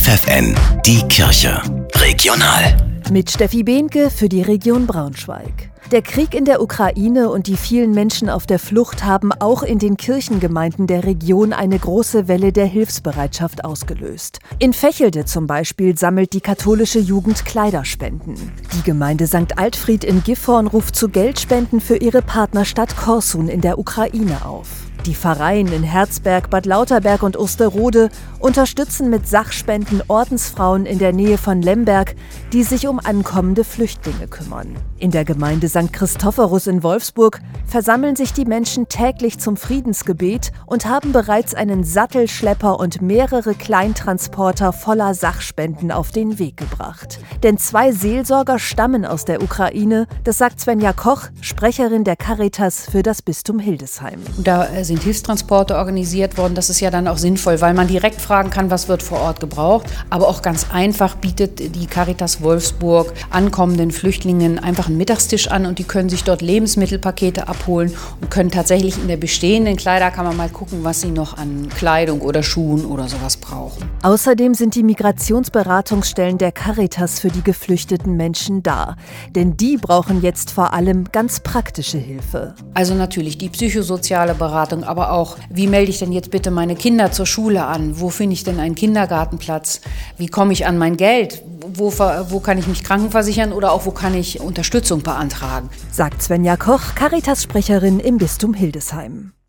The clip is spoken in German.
FFN, die Kirche. Regional. Mit Steffi Behnke für die Region Braunschweig. Der Krieg in der Ukraine und die vielen Menschen auf der Flucht haben auch in den Kirchengemeinden der Region eine große Welle der Hilfsbereitschaft ausgelöst. In Vechelde zum Beispiel sammelt die katholische Jugend Kleiderspenden. Die Gemeinde St. Altfried in Gifhorn ruft zu Geldspenden für ihre Partnerstadt Korsun in der Ukraine auf. Die Pfarreien in Herzberg, Bad Lauterberg und Osterode unterstützen mit Sachspenden Ordensfrauen in der Nähe von Lemberg, die sich um ankommende Flüchtlinge kümmern. In der Gemeinde St. Christophorus in Wolfsburg versammeln sich die Menschen täglich zum Friedensgebet und haben bereits einen Sattelschlepper und mehrere Kleintransporter voller Sachspenden auf den Weg gebracht. Denn 2 Seelsorger stammen aus der Ukraine, das sagt Svenja Koch, Sprecherin der Caritas für das Bistum Hildesheim. Da sind Hilfstransporte organisiert worden. Das ist ja dann auch sinnvoll, weil man direkt fragen kann, was wird vor Ort gebraucht. Aber auch ganz einfach bietet die Caritas Wolfsburg ankommenden Flüchtlingen einfach einen Mittagstisch an und die können sich dort Lebensmittelpakete abholen und können tatsächlich in der bestehenden Kleiderkammer mal gucken, was sie noch an Kleidung oder Schuhen oder sowas brauchen. Außerdem sind die Migrationsberatungsstellen der Caritas für die geflüchteten Menschen da. Denn die brauchen jetzt vor allem ganz praktische Hilfe. Also natürlich die psychosoziale Beratung, aber auch, wie melde ich denn jetzt bitte meine Kinder zur Schule an? Wo finde ich denn einen Kindergartenplatz? Wie komme ich an mein Geld? Wo kann ich mich krankenversichern oder auch wo kann ich Unterstützung beantragen? Sagt Svenja Koch, Caritas-Sprecherin im Bistum Hildesheim.